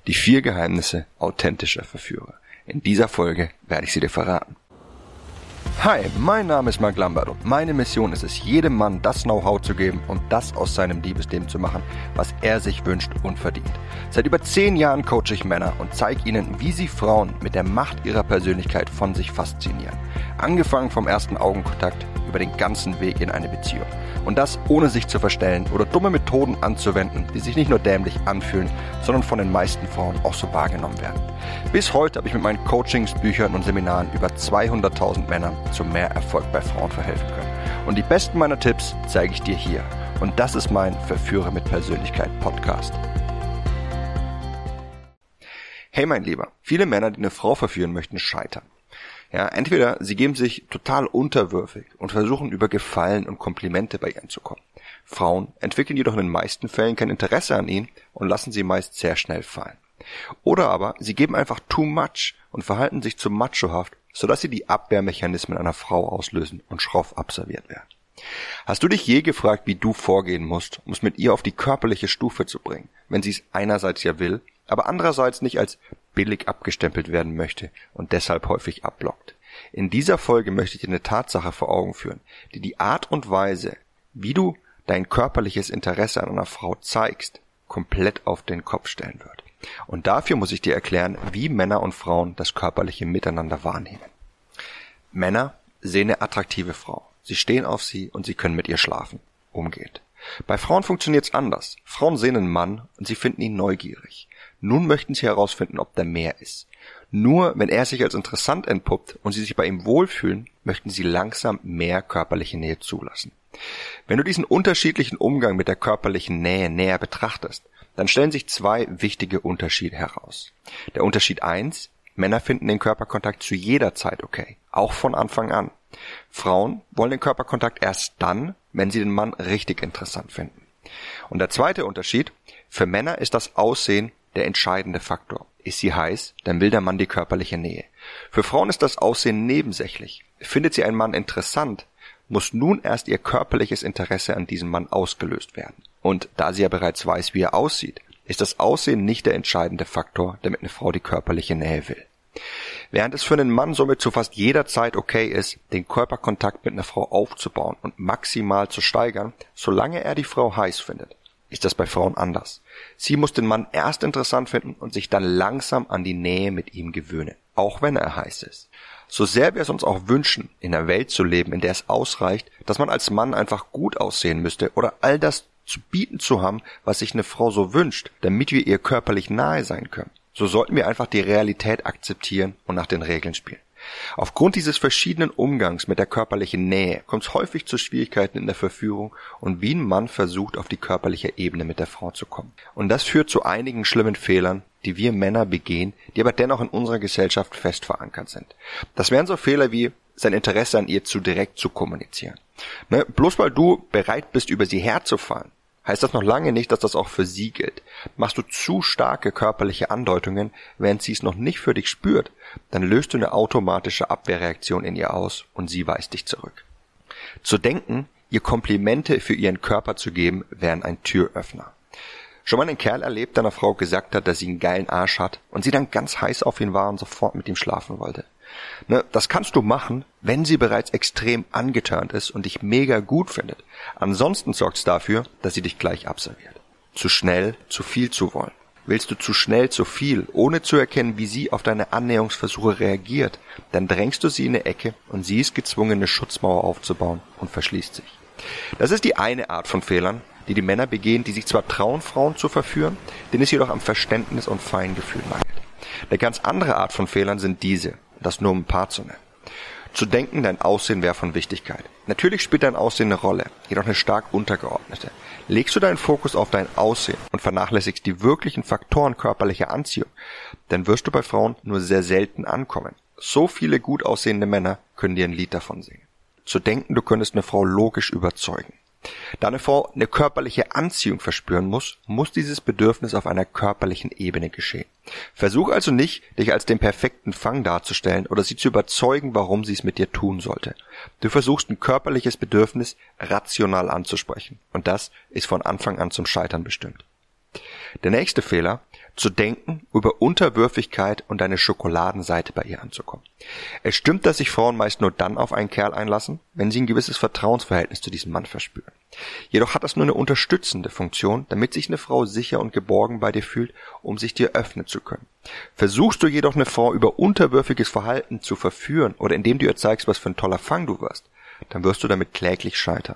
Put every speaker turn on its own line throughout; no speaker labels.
Die 4 Geheimnisse authentischer Verführer. In dieser Folge werde ich sie dir verraten. Hi, mein Name ist Mark Lambert und meine Mission ist es, jedem Mann das Know-how zu geben und das aus seinem Liebesleben zu machen, was er sich wünscht und verdient. Seit über 10 Jahren coache ich Männer und zeige ihnen, wie sie Frauen mit der Macht ihrer Persönlichkeit von sich faszinieren. Angefangen vom ersten Augenkontakt über den ganzen Weg in eine Beziehung. Und das ohne sich zu verstellen oder dumme Methoden anzuwenden, die sich nicht nur dämlich anfühlen, sondern von den meisten Frauen auch so wahrgenommen werden. Bis heute habe ich mit meinen Coachings, Büchern und Seminaren über 200.000 Männern zu mehr Erfolg bei Frauen verhelfen können. Und die besten meiner Tipps zeige ich dir hier. Und das ist mein Verführer mit Persönlichkeit Podcast. Hey mein Lieber, viele Männer, die eine Frau verführen möchten, scheitern. Ja, entweder sie geben sich total unterwürfig und versuchen über Gefallen und Komplimente bei ihnen zu kommen. Frauen entwickeln jedoch in den meisten Fällen kein Interesse an ihnen und lassen sie meist sehr schnell fallen. Oder aber sie geben einfach too much und verhalten sich zu machohaft, sodass sie die Abwehrmechanismen einer Frau auslösen und schroff abserviert werden. Hast du dich je gefragt, wie du vorgehen musst, um es mit ihr auf die körperliche Stufe zu bringen, wenn sie es einerseits ja will, aber andererseits nicht als billig abgestempelt werden möchte und deshalb häufig abblockt? In dieser Folge möchte ich dir eine Tatsache vor Augen führen, die die Art und Weise, wie du dein körperliches Interesse an einer Frau zeigst, komplett auf den Kopf stellen wird. Und dafür muss ich dir erklären, wie Männer und Frauen das körperliche Miteinander wahrnehmen. Männer sehen eine attraktive Frau. Sie stehen auf sie und sie können mit ihr schlafen. Umgehend. Bei Frauen funktioniert's anders. Frauen sehen einen Mann und sie finden ihn neugierig. Nun möchten sie herausfinden, ob da mehr ist. Nur wenn er sich als interessant entpuppt und sie sich bei ihm wohlfühlen, möchten sie langsam mehr körperliche Nähe zulassen. Wenn du diesen unterschiedlichen Umgang mit der körperlichen Nähe näher betrachtest, dann stellen sich 2 wichtige Unterschiede heraus. Der Unterschied 1, Männer finden den Körperkontakt zu jeder Zeit okay, auch von Anfang an. Frauen wollen den Körperkontakt erst dann, wenn sie den Mann richtig interessant finden. Und der zweite Unterschied, für Männer ist das Aussehen der entscheidende Faktor. Ist sie heiß, dann will der Mann die körperliche Nähe. Für Frauen ist das Aussehen nebensächlich. Findet sie einen Mann interessant, muss nun erst ihr körperliches Interesse an diesem Mann ausgelöst werden. Und da sie ja bereits weiß, wie er aussieht, ist das Aussehen nicht der entscheidende Faktor, damit eine Frau die körperliche Nähe will. Während es für einen Mann somit zu fast jeder Zeit okay ist, den Körperkontakt mit einer Frau aufzubauen und maximal zu steigern, solange er die Frau heiß findet, ist das bei Frauen anders. Sie muss den Mann erst interessant finden und sich dann langsam an die Nähe mit ihm gewöhnen, auch wenn er heiß ist. So sehr wir es uns auch wünschen, in einer Welt zu leben, in der es ausreicht, dass man als Mann einfach gut aussehen müsste oder all das zu bieten zu haben, was sich eine Frau so wünscht, damit wir ihr körperlich nahe sein können, so sollten wir einfach die Realität akzeptieren und nach den Regeln spielen. Aufgrund dieses verschiedenen Umgangs mit der körperlichen Nähe kommt es häufig zu Schwierigkeiten in der Verführung und wie ein Mann versucht, auf die körperliche Ebene mit der Frau zu kommen. Und das führt zu einigen schlimmen Fehlern, die wir Männer begehen, die aber dennoch in unserer Gesellschaft fest verankert sind. Das wären so Fehler wie sein Interesse an ihr zu direkt zu kommunizieren. Bloß weil du bereit bist, über sie herzufallen, heißt das noch lange nicht, dass das auch für sie gilt. Machst du zu starke körperliche Andeutungen, während sie es noch nicht für dich spürt, dann löst du eine automatische Abwehrreaktion in ihr aus und sie weist dich zurück. Zu denken, ihr Komplimente für ihren Körper zu geben, wären ein Türöffner. Schon mal einen Kerl erlebt, der einer Frau gesagt hat, dass sie einen geilen Arsch hat und sie dann ganz heiß auf ihn war und sofort mit ihm schlafen wollte. Das kannst du machen, wenn sie bereits extrem angeturnt ist und dich mega gut findet. Ansonsten sorgt's dafür, dass sie dich gleich abserviert. Zu schnell, zu viel zu wollen. Willst du zu schnell zu viel, ohne zu erkennen, wie sie auf deine Annäherungsversuche reagiert, dann drängst du sie in eine Ecke und sie ist gezwungen, eine Schutzmauer aufzubauen und verschließt sich. Das ist die eine Art von Fehlern, die Männer begehen, die sich zwar trauen, Frauen zu verführen, denen es jedoch am Verständnis und Feingefühl mangelt. Eine ganz andere Art von Fehlern sind diese, das nur um ein paar zu nennen. Zu denken, dein Aussehen wäre von Wichtigkeit. Natürlich spielt dein Aussehen eine Rolle, jedoch eine stark untergeordnete. Legst du deinen Fokus auf dein Aussehen und vernachlässigst die wirklichen Faktoren körperlicher Anziehung, dann wirst du bei Frauen nur sehr selten ankommen. So viele gut aussehende Männer können dir ein Lied davon singen. Zu denken, du könntest eine Frau logisch überzeugen. Da eine Frau eine körperliche Anziehung verspüren muss, muss dieses Bedürfnis auf einer körperlichen Ebene geschehen. Versuch also nicht, dich als den perfekten Fang darzustellen oder sie zu überzeugen, warum sie es mit dir tun sollte. Du versuchst ein körperliches Bedürfnis rational anzusprechen und das ist von Anfang an zum Scheitern bestimmt. Der nächste Fehler, zu denken, über Unterwürfigkeit und deine Schokoladenseite bei ihr anzukommen. Es stimmt, dass sich Frauen meist nur dann auf einen Kerl einlassen, wenn sie ein gewisses Vertrauensverhältnis zu diesem Mann verspüren. Jedoch hat das nur eine unterstützende Funktion, damit sich eine Frau sicher und geborgen bei dir fühlt, um sich dir öffnen zu können. Versuchst du jedoch eine Frau über unterwürfiges Verhalten zu verführen oder indem du ihr zeigst, was für ein toller Fang du wirst, dann wirst du damit kläglich scheitern.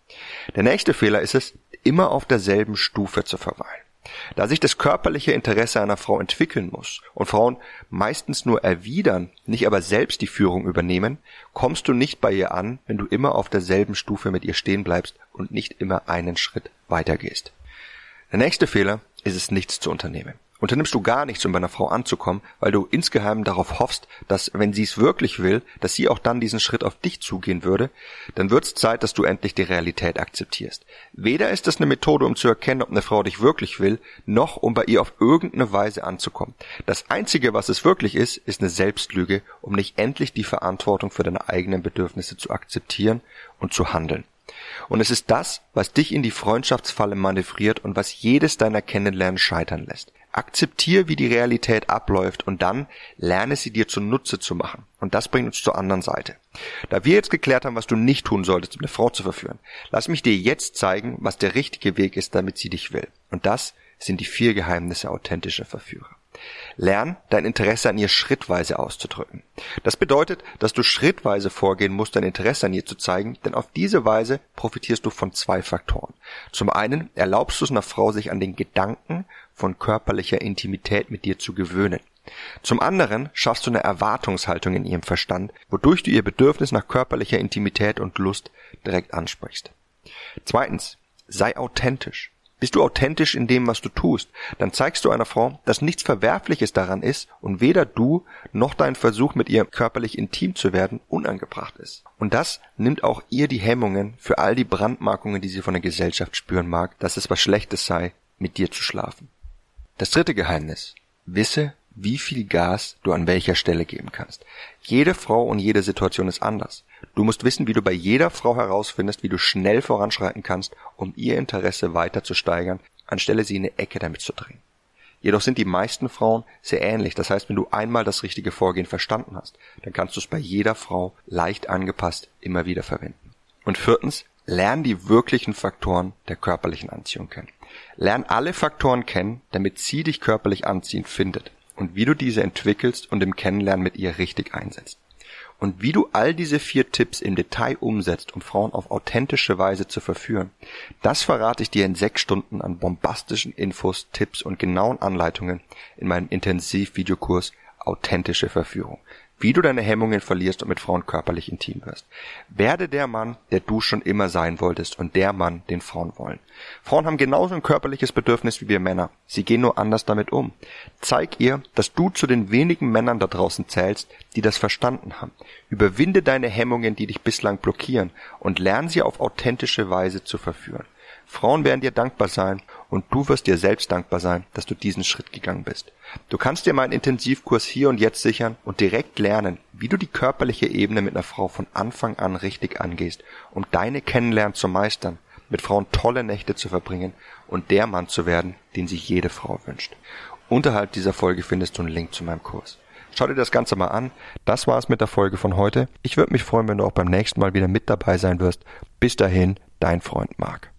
Der nächste Fehler ist es, immer auf derselben Stufe zu verweilen. Da sich das körperliche Interesse einer Frau entwickeln muss und Frauen meistens nur erwidern, nicht aber selbst die Führung übernehmen, kommst du nicht bei ihr an, wenn du immer auf derselben Stufe mit ihr stehen bleibst und nicht immer einen Schritt weitergehst. Der nächste Fehler ist es, nichts zu unternehmen. Unternimmst du gar nichts, um bei einer Frau anzukommen, weil du insgeheim darauf hoffst, dass, wenn sie es wirklich will, dass sie auch dann diesen Schritt auf dich zugehen würde, dann wird es Zeit, dass du endlich die Realität akzeptierst. Weder ist es eine Methode, um zu erkennen, ob eine Frau dich wirklich will, noch um bei ihr auf irgendeine Weise anzukommen. Das Einzige, was es wirklich ist eine Selbstlüge, um nicht endlich die Verantwortung für deine eigenen Bedürfnisse zu akzeptieren und zu handeln. Und es ist das, was dich in die Freundschaftsfalle manövriert und was jedes deiner Kennenlernen scheitern lässt. Akzeptiere, wie die Realität abläuft und dann lerne sie dir zunutze zu machen. Und das bringt uns zur anderen Seite. Da wir jetzt geklärt haben, was du nicht tun solltest, um eine Frau zu verführen, lass mich dir jetzt zeigen, was der richtige Weg ist, damit sie dich will. Und das sind die 4 Geheimnisse authentischer Verführer. Lern, dein Interesse an ihr schrittweise auszudrücken. Das bedeutet, dass du schrittweise vorgehen musst, dein Interesse an ihr zu zeigen, denn auf diese Weise profitierst du von 2 Faktoren. Zum einen erlaubst du es einer Frau, sich an den Gedanken von körperlicher Intimität mit dir zu gewöhnen. Zum anderen schaffst du eine Erwartungshaltung in ihrem Verstand, wodurch du ihr Bedürfnis nach körperlicher Intimität und Lust direkt ansprichst. Zweitens, sei authentisch. Bist du authentisch in dem, was du tust, dann zeigst du einer Frau, dass nichts Verwerfliches daran ist und weder du noch dein Versuch, mit ihr körperlich intim zu werden, unangebracht ist. Und das nimmt auch ihr die Hemmungen für all die Brandmarkungen, die sie von der Gesellschaft spüren mag, dass es was Schlechtes sei, mit dir zu schlafen. Das 3. Geheimnis. Wisse, wie viel Gas du an welcher Stelle geben kannst. Jede Frau und jede Situation ist anders. Du musst wissen, wie du bei jeder Frau herausfindest, wie du schnell voranschreiten kannst, um ihr Interesse weiter zu steigern, anstelle sie in eine Ecke damit zu drängen. Jedoch sind die meisten Frauen sehr ähnlich. Das heißt, wenn du einmal das richtige Vorgehen verstanden hast, dann kannst du es bei jeder Frau leicht angepasst immer wieder verwenden. Und 4. Lern die wirklichen Faktoren der körperlichen Anziehung kennen. Lern alle Faktoren kennen, damit sie dich körperlich anziehend findet und wie du diese entwickelst und im Kennenlernen mit ihr richtig einsetzt. Und wie du all diese 4 Tipps im Detail umsetzt, um Frauen auf authentische Weise zu verführen, das verrate ich dir in 6 Stunden an bombastischen Infos, Tipps und genauen Anleitungen in meinem Intensivvideokurs Authentische Verführung. Wie du deine Hemmungen verlierst und mit Frauen körperlich intim wirst. Werde der Mann, der du schon immer sein wolltest und der Mann, den Frauen wollen. Frauen haben genauso ein körperliches Bedürfnis wie wir Männer. Sie gehen nur anders damit um. Zeig ihr, dass du zu den wenigen Männern da draußen zählst, die das verstanden haben. Überwinde deine Hemmungen, die dich bislang blockieren und lern sie auf authentische Weise zu verführen. Frauen werden dir dankbar sein und du wirst dir selbst dankbar sein, dass du diesen Schritt gegangen bist. Du kannst dir meinen Intensivkurs hier und jetzt sichern und direkt lernen, wie du die körperliche Ebene mit einer Frau von Anfang an richtig angehst, um deine Kennenlernen zu meistern, mit Frauen tolle Nächte zu verbringen und der Mann zu werden, den sich jede Frau wünscht. Unterhalb dieser Folge findest du einen Link zu meinem Kurs. Schau dir das Ganze mal an. Das war's mit der Folge von heute. Ich würde mich freuen, wenn du auch beim nächsten Mal wieder mit dabei sein wirst. Bis dahin, dein Freund Marc.